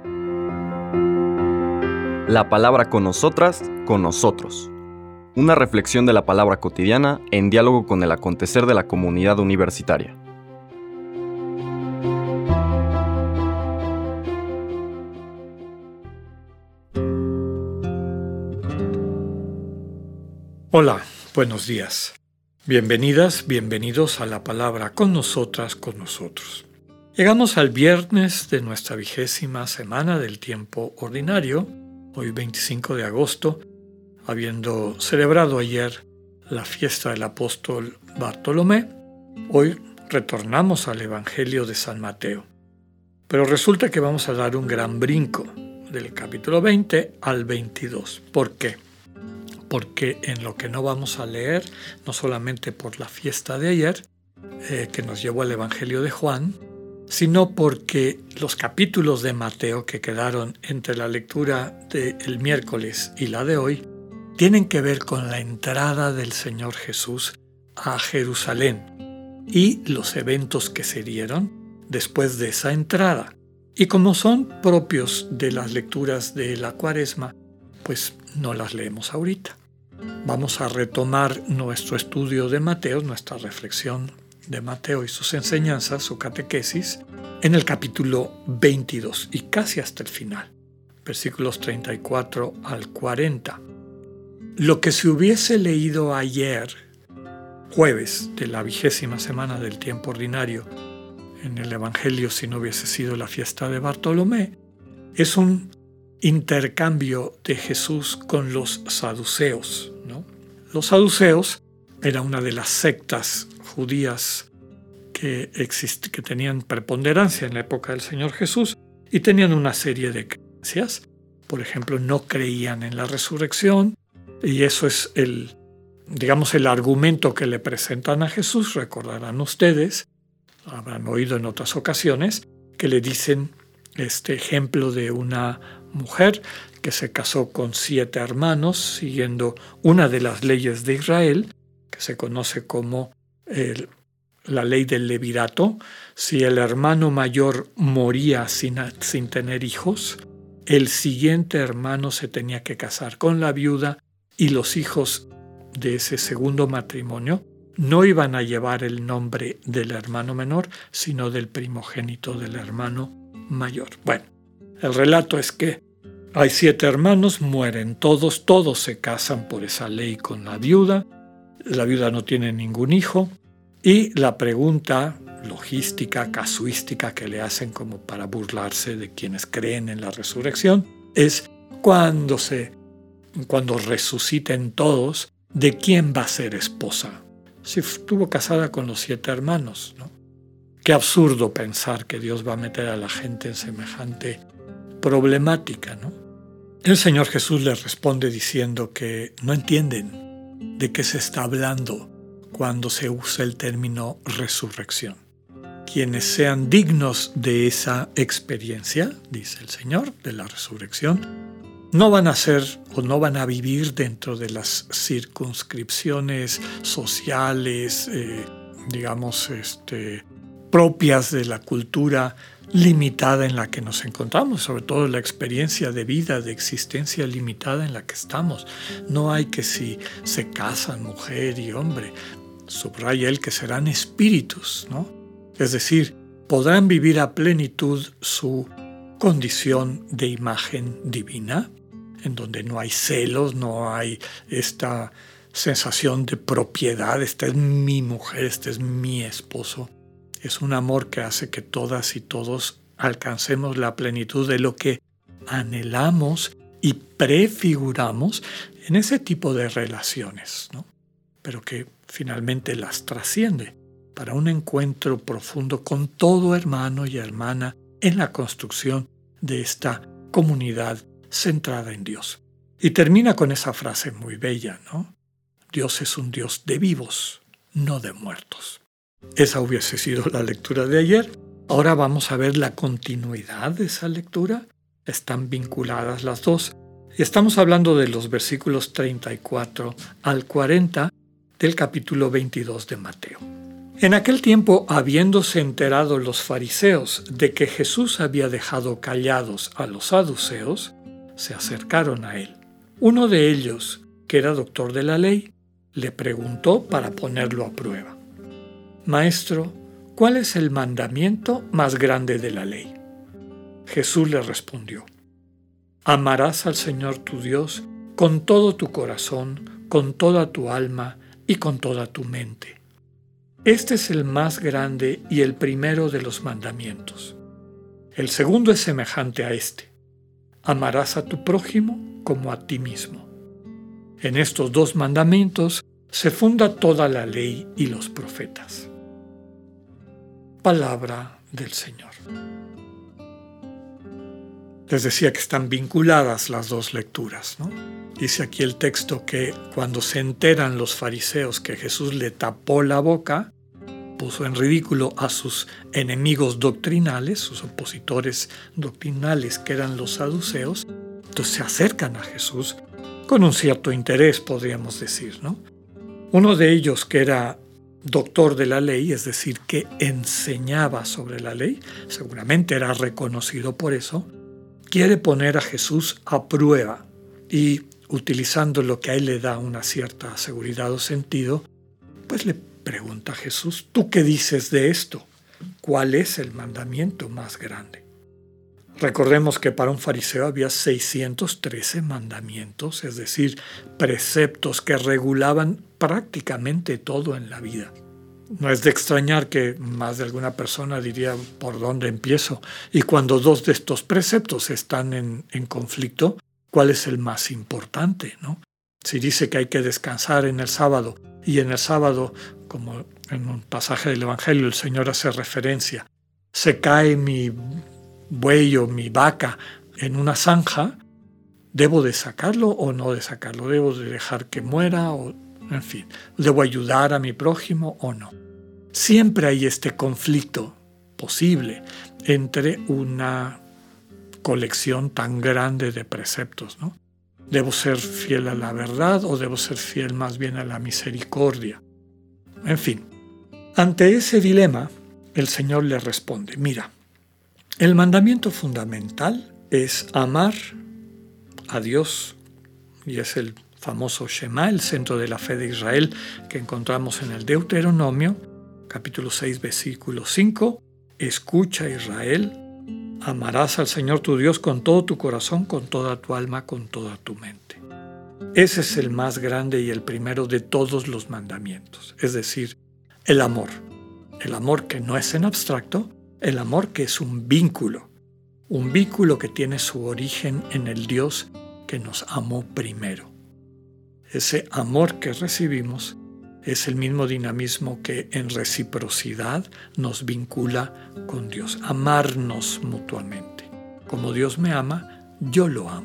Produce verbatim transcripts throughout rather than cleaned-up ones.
La palabra con nosotras, con nosotros. Una reflexión de la palabra cotidiana en diálogo con el acontecer de la comunidad universitaria. Hola, buenos días. Bienvenidas, bienvenidos a la palabra con nosotras, con nosotros. Llegamos al viernes de nuestra vigésima semana del tiempo ordinario, hoy veinticinco de agosto, habiendo celebrado ayer la fiesta del apóstol Bartolomé. Hoy retornamos al Evangelio de San Mateo. Pero resulta que vamos a dar un gran brinco del capítulo veinte al veintidós. ¿Por qué? Porque en lo que no vamos a leer, no solamente por la fiesta de ayer, eh, que nos llevó al Evangelio de Juan, sino porque los capítulos de Mateo que quedaron entre la lectura del miércoles y la de hoy, tienen que ver con la entrada del Señor Jesús a Jerusalén y los eventos que se dieron después de esa entrada. Y como son propios de las lecturas de la Cuaresma, pues no las leemos ahorita. Vamos a retomar nuestro estudio de Mateo, nuestra reflexión de Mateo y sus enseñanzas, su catequesis, en el capítulo veintidós y casi hasta el final, versículos treinta y cuatro al cuarenta. Lo que se hubiese leído ayer, jueves de la vigésima semana del tiempo ordinario, en el Evangelio si no hubiese sido la fiesta de Bartolomé, es un intercambio de Jesús con los saduceos, ¿no? Los saduceos era una de las sectas judías que, exist- que tenían preponderancia en la época del Señor Jesús y tenían una serie de creencias. Por ejemplo, no creían en la resurrección y eso es el, digamos, el argumento que le presentan a Jesús. Recordarán ustedes, habrán oído en otras ocasiones, que le dicen este ejemplo de una mujer que se casó con siete hermanos siguiendo una de las leyes de Israel, que se conoce como el, la ley del levirato. Si el hermano mayor moría sin, sin tener hijos, el siguiente hermano se tenía que casar con la viuda y los hijos de ese segundo matrimonio no iban a llevar el nombre del hermano menor, sino del primogénito del hermano mayor. Bueno, el relato es que hay siete hermanos, mueren todos, todos se casan por esa ley con la viuda, la viuda no tiene ningún hijo, y la pregunta logística, casuística que le hacen como para burlarse de quienes creen en la resurrección es cuando, se, cuando resuciten todos, ¿de quién va a ser esposa? Si estuvo casada con los siete hermanos, ¿no? Qué absurdo pensar que Dios va a meter a la gente en semejante problemática, ¿no? El Señor Jesús les responde diciendo que no entienden de qué se está hablando cuando se usa el término resurrección. Quienes sean dignos de esa experiencia, dice el Señor, de la resurrección, no van a ser o no van a vivir dentro de las circunscripciones sociales, eh, digamos, este, propias de la cultura limitada en la que nos encontramos, sobre todo la experiencia de vida, de existencia limitada en la que estamos. No hay que si se casan mujer y hombre, subraya él que serán espíritus, ¿no? Es decir, podrán vivir a plenitud su condición de imagen divina, en donde no hay celos, no hay esta sensación de propiedad, esta es mi mujer, este es mi esposo. Es un amor que hace que todas y todos alcancemos la plenitud de lo que anhelamos y prefiguramos en ese tipo de relaciones, ¿no? Pero que finalmente las trasciende para un encuentro profundo con todo hermano y hermana en la construcción de esta comunidad centrada en Dios. Y termina con esa frase muy bella, ¿no? Dios es un Dios de vivos, no de muertos. Esa hubiese sido la lectura de ayer. Ahora vamos a ver la continuidad de esa lectura. Están vinculadas las dos. Y estamos hablando de los versículos treinta y cuatro al cuarenta del capítulo veintidós de Mateo. En aquel tiempo, habiéndose enterado los fariseos de que Jesús había dejado callados a los saduceos, se acercaron a él. Uno de ellos, que era doctor de la ley, le preguntó para ponerlo a prueba: Maestro, ¿cuál es el mandamiento más grande de la ley? Jesús le respondió: Amarás al Señor tu Dios con todo tu corazón, con toda tu alma y con toda tu mente. Este es el más grande y el primero de los mandamientos. El segundo es semejante a este: amarás a tu prójimo como a ti mismo. En estos dos mandamientos se funda toda la ley y los profetas. Palabra del Señor. Les decía que están vinculadas las dos lecturas, ¿no? Dice aquí el texto que cuando se enteran los fariseos que Jesús le tapó la boca, puso en ridículo a sus enemigos doctrinales, sus opositores doctrinales que eran los saduceos, entonces se acercan a Jesús con un cierto interés, podríamos decir, ¿no? Uno de ellos, que era doctor de la ley, es decir, que enseñaba sobre la ley, seguramente era reconocido por eso, quiere poner a Jesús a prueba y, utilizando lo que a él le da una cierta seguridad o sentido, pues le pregunta a Jesús: ¿tú qué dices de esto? ¿Cuál es el mandamiento más grande? Recordemos que para un fariseo había seiscientos trece mandamientos, es decir, preceptos que regulaban prácticamente todo en la vida. No es de extrañar que más de alguna persona diría: ¿por dónde empiezo? Y cuando dos de estos preceptos están en, en conflicto, ¿cuál es el más importante, no? Si dice que hay que descansar en el sábado, y en el sábado, como en un pasaje del Evangelio el Señor hace referencia, se cae mi buey o mi vaca en una zanja, ¿debo de sacarlo o no de sacarlo? ¿Debo de dejar que muera? O, en fin, ¿debo ayudar a mi prójimo o no? Siempre hay este conflicto posible entre una colección tan grande de preceptos, ¿no? ¿Debo ser fiel a la verdad o debo ser fiel más bien a la misericordia? En fin, ante ese dilema, el Señor le responde: mira, el mandamiento fundamental es amar a Dios, y es el famoso Shema, el centro de la fe de Israel, que encontramos en el Deuteronomio, capítulo seis, versículo cinco. Escucha, Israel, amarás al Señor tu Dios con todo tu corazón, con toda tu alma, con toda tu mente. Ese es el más grande y el primero de todos los mandamientos, es decir, el amor. El amor que no es en abstracto, el amor que es un vínculo, un vínculo que tiene su origen en el Dios que nos amó primero. Ese amor que recibimos es el mismo dinamismo que en reciprocidad nos vincula con Dios. Amarnos mutuamente. Como Dios me ama, yo lo amo.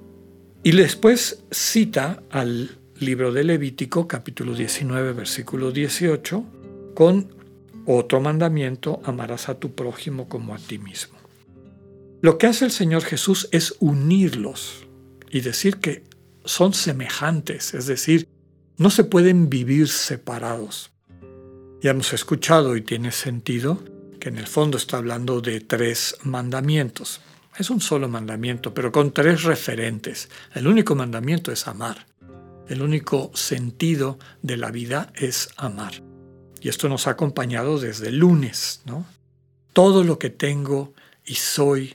Y después cita al libro de Levítico, capítulo diecinueve, versículo dieciocho, con otro mandamiento: amarás a tu prójimo como a ti mismo. Lo que hace el Señor Jesús es unirlos y decir que son semejantes, es decir, no se pueden vivir separados. Ya hemos escuchado, y tiene sentido, que en el fondo está hablando de tres mandamientos. Es un solo mandamiento, pero con tres referentes. El único mandamiento es amar. El único sentido de la vida es amar. Y esto nos ha acompañado desde el lunes, ¿no? Todo lo que tengo y soy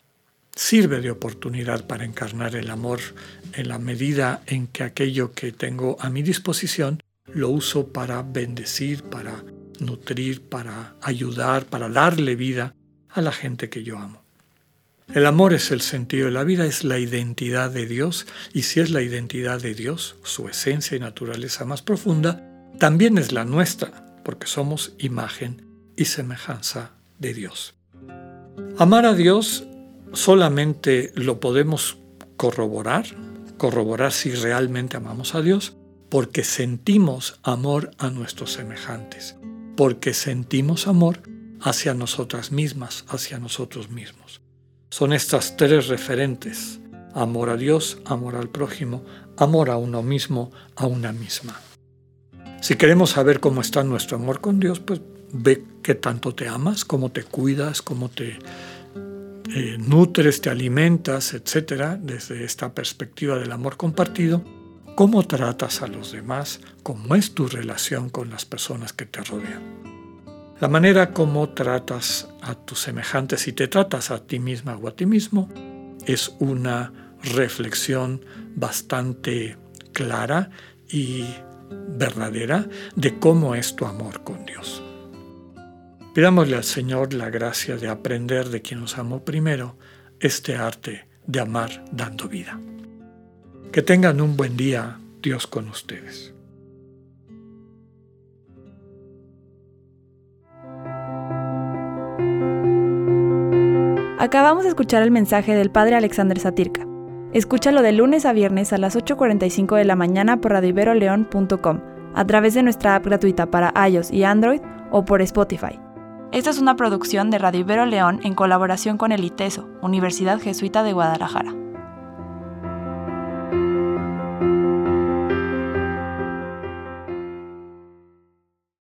sirve de oportunidad para encarnar el amor en la medida en que aquello que tengo a mi disposición lo uso para bendecir, para nutrir, para ayudar, para darle vida a la gente que yo amo. El amor es el sentido de la vida, es la identidad de Dios, y si es la identidad de Dios, su esencia y naturaleza más profunda, también es la nuestra, porque somos imagen y semejanza de Dios. Amar a Dios solamente lo podemos corroborar, corroborar si realmente amamos a Dios, porque sentimos amor a nuestros semejantes, porque sentimos amor hacia nosotras mismas, hacia nosotros mismos. Son estas tres referentes: amor a Dios, amor al prójimo, amor a uno mismo, a una misma. Si queremos saber cómo está nuestro amor con Dios, pues ve qué tanto te amas, cómo te cuidas, cómo te eh, nutres, te alimentas, etcétera, desde esta perspectiva del amor compartido, cómo tratas a los demás, cómo es tu relación con las personas que te rodean. La manera como tratas a tus semejantes y te tratas a ti misma o a ti mismo es una reflexión bastante clara y verdadera de cómo es tu amor con Dios. Pidámosle al Señor la gracia de aprender de quien nos amó primero este arte de amar dando vida. Que tengan un buen día, Dios con ustedes. Acabamos de escuchar el mensaje del Padre Alexander Satirka. Escúchalo de lunes a viernes a las ocho cuarenta y cinco de la mañana por radio ibero león punto com, a través de nuestra app gratuita para iOS y Android o por Spotify. Esta es una producción de Radio Ibero León en colaboración con el ITESO, Universidad Jesuita de Guadalajara.